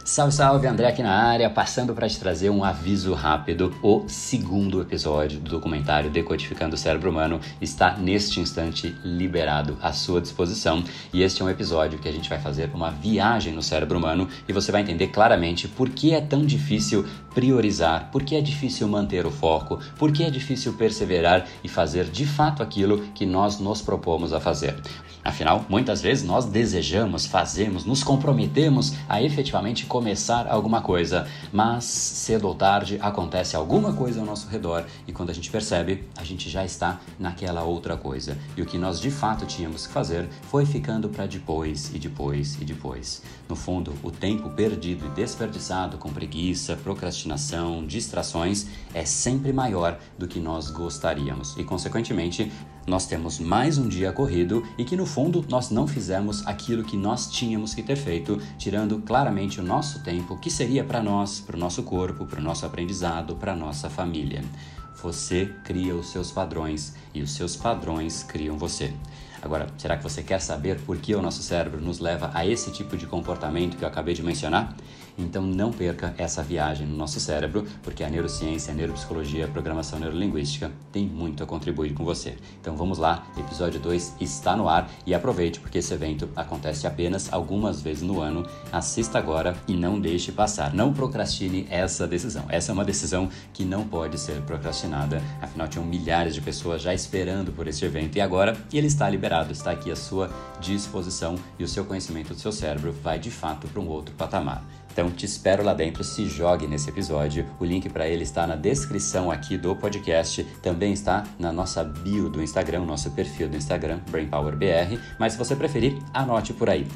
Salve, salve, André aqui na área, passando para te trazer um aviso rápido. O segundo episódio do documentário Decodificando o Cérebro Humano está neste instante liberado à sua disposição. E este é um episódio que a gente vai fazer uma viagem no cérebro humano e você vai entender claramente por que é tão difícil priorizar, por que é difícil manter o foco, por que é difícil perseverar e fazer de fato aquilo que nós nos propomos a fazer. Afinal, muitas vezes nós desejamos, fazemos, nos comprometemos a efetivamente começar alguma coisa, mas cedo ou tarde acontece alguma coisa ao nosso redor e quando a gente percebe, a gente já está naquela outra coisa. E o que nós de fato tínhamos que fazer foi ficando para depois e depois e depois. No fundo, o tempo perdido e desperdiçado com preguiça, procrastinação, distrações é sempre maior do que nós gostaríamos e, consequentemente, nós temos mais um dia corrido e que no fundo nós não fizemos aquilo que nós tínhamos que ter feito, tirando claramente o nosso tempo que seria para nós, para o nosso corpo, para o nosso aprendizado, para a nossa família. Você cria os seus padrões e os seus padrões criam você. Agora, será que você quer saber por que o nosso cérebro nos leva a esse tipo de comportamento que eu acabei de mencionar? Então não perca essa viagem no nosso cérebro, porque a neurociência, a neuropsicologia, a programação neurolinguística tem muito a contribuir com você. Então vamos lá, episódio 2 está no ar e aproveite porque esse evento acontece apenas algumas vezes no ano. Assista agora e não deixe passar. Não procrastine essa decisão. Essa é uma decisão que não pode ser procrastinada. Afinal, tinham milhares de pessoas já esperando por esse evento e agora ele está liberado, está aqui à sua disposição e o seu conhecimento do seu cérebro vai de fato para um outro patamar. Então te espero lá dentro, se jogue nesse episódio. O link para ele está na descrição aqui do podcast. Também está na nossa bio do Instagram, nosso perfil do Instagram, BrainPowerBR. Mas se você preferir, anote por aí.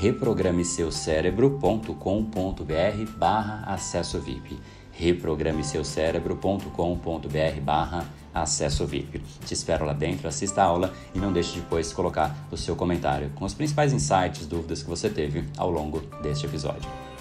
reprogrameseucerebro.com.br/acesso VIP. reprogrameseucerebro.com.br/acesso VIP. Te espero lá dentro, assista a aula e não deixe depois colocar o seu comentário com os principais insights, dúvidas que você teve ao longo deste episódio.